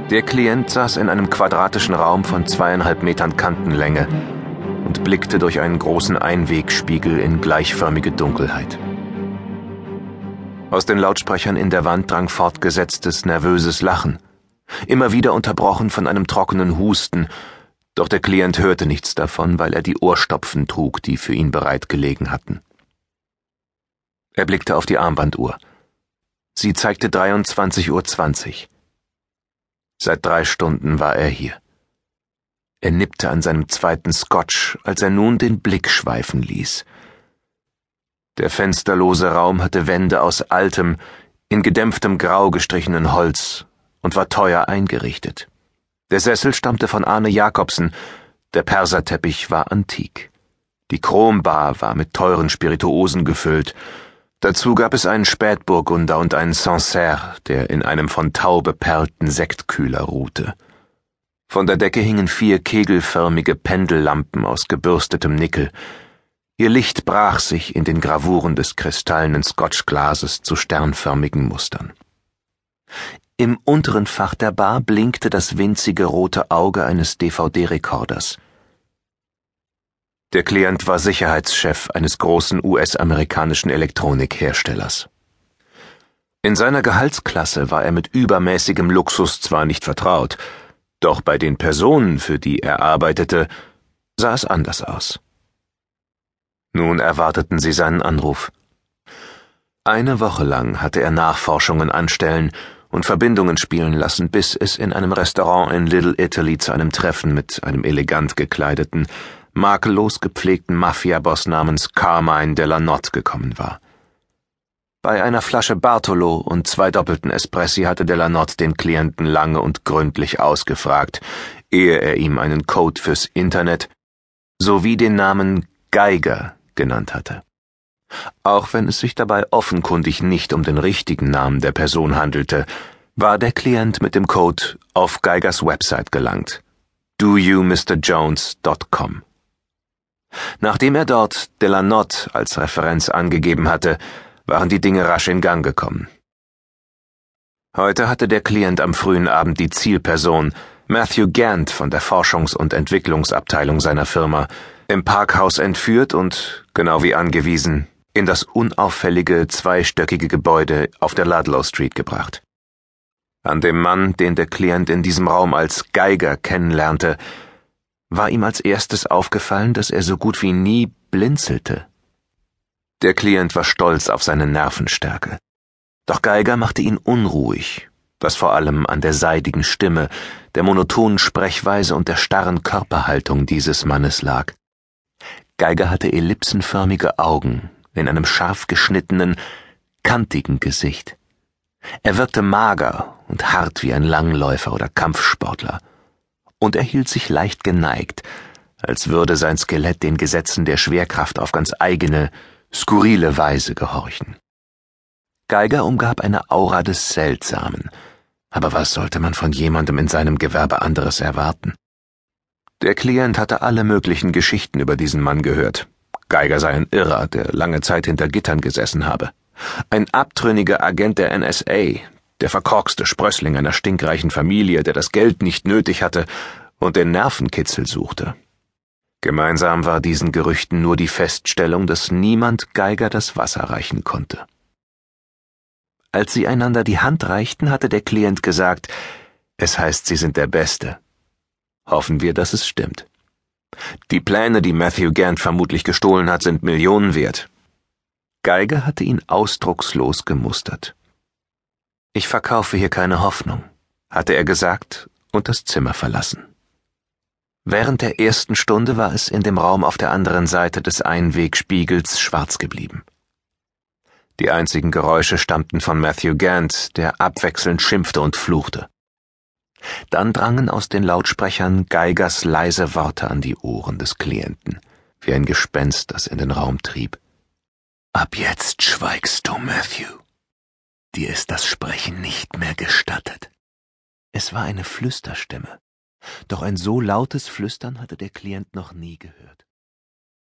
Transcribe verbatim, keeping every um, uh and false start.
Der Klient saß in einem quadratischen Raum von zweieinhalb Metern Kantenlänge und blickte durch einen großen Einwegspiegel in gleichförmige Dunkelheit. Aus den Lautsprechern in der Wand drang fortgesetztes, nervöses Lachen, immer wieder unterbrochen von einem trockenen Husten, doch der Klient hörte nichts davon, weil er die Ohrstopfen trug, die für ihn bereit gelegen hatten. Er blickte auf die Armbanduhr. Sie zeigte dreiundzwanzig Uhr zwanzig. Seit drei Stunden war er hier. Er nippte an seinem zweiten Scotch, als er nun den Blick schweifen ließ. Der fensterlose Raum hatte Wände aus altem, in gedämpftem Grau gestrichenem Holz und war teuer eingerichtet. Der Sessel stammte von Arne Jacobsen, der Perserteppich war antik. Die Chrombar war mit teuren Spirituosen gefüllt. Dazu gab es einen Spätburgunder und einen Sancerre, der in einem von Tau beperlten Sektkühler ruhte. Von der Decke hingen vier kegelförmige Pendellampen aus gebürstetem Nickel. Ihr Licht brach sich in den Gravuren des kristallenen Scotchglases zu sternförmigen Mustern. Im unteren Fach der Bar blinkte das winzige rote Auge eines D V D-Rekorders. Der Klient war Sicherheitschef eines großen U S-amerikanischen Elektronikherstellers. In seiner Gehaltsklasse war er mit übermäßigem Luxus zwar nicht vertraut, doch bei den Personen, für die er arbeitete, sah es anders aus. Nun erwarteten sie seinen Anruf. Eine Woche lang hatte er Nachforschungen anstellen und Verbindungen spielen lassen, bis es in einem Restaurant in Little Italy zu einem Treffen mit einem elegant gekleideten, makellos gepflegten Mafia-Boss namens Carmine Delanotte gekommen war. Bei einer Flasche Bartolo und zwei doppelten Espressi hatte Delanotte den Klienten lange und gründlich ausgefragt, ehe er ihm einen Code fürs Internet sowie den Namen Geiger genannt hatte. Auch wenn es sich dabei offenkundig nicht um den richtigen Namen der Person handelte, war der Klient mit dem Code auf Geigers Website gelangt, do you mister jones dot com. Nachdem er dort Delanotte als Referenz angegeben hatte, waren die Dinge rasch in Gang gekommen. Heute hatte der Klient am frühen Abend die Zielperson, Matthew Gant von der Forschungs- und Entwicklungsabteilung seiner Firma, im Parkhaus entführt und, genau wie angewiesen, in das unauffällige, zweistöckige Gebäude auf der Ludlow Street gebracht. An dem Mann, den der Klient in diesem Raum als Geiger kennenlernte, war ihm als erstes aufgefallen, dass er so gut wie nie blinzelte. Der Klient war stolz auf seine Nervenstärke. Doch Geiger machte ihn unruhig, was vor allem an der seidigen Stimme, der monotonen Sprechweise und der starren Körperhaltung dieses Mannes lag. Geiger hatte ellipsenförmige Augen in einem scharf geschnittenen, kantigen Gesicht. Er wirkte mager und hart wie ein Langläufer oder Kampfsportler. Und er hielt sich leicht geneigt, als würde sein Skelett den Gesetzen der Schwerkraft auf ganz eigene, skurrile Weise gehorchen. Geiger umgab eine Aura des Seltsamen, aber was sollte man von jemandem in seinem Gewerbe anderes erwarten? Der Klient hatte alle möglichen Geschichten über diesen Mann gehört. Geiger sei ein Irrer, der lange Zeit hinter Gittern gesessen habe. Ein abtrünniger Agent der N S A, der verkorkste Sprössling einer stinkreichen Familie, der das Geld nicht nötig hatte und den Nervenkitzel suchte. Gemeinsam war diesen Gerüchten nur die Feststellung, dass niemand Geiger das Wasser reichen konnte. Als sie einander die Hand reichten, hatte der Klient gesagt, es heißt, sie sind der Beste. Hoffen wir, dass es stimmt. Die Pläne, die Matthew Gant vermutlich gestohlen hat, sind Millionen wert. Geiger hatte ihn ausdruckslos gemustert. Ich verkaufe hier keine Hoffnung, hatte er gesagt und das Zimmer verlassen. Während der ersten Stunde war es in dem Raum auf der anderen Seite des Einwegspiegels schwarz geblieben. Die einzigen Geräusche stammten von Matthew Gant, der abwechselnd schimpfte und fluchte. Dann drangen aus den Lautsprechern Geigers leise Worte an die Ohren des Klienten, wie ein Gespenst, das in den Raum trieb. Ab jetzt schweigst du, Matthew. Dir ist das Sprechen nicht mehr gestattet. Es war eine Flüsterstimme, doch ein so lautes Flüstern hatte der Klient noch nie gehört.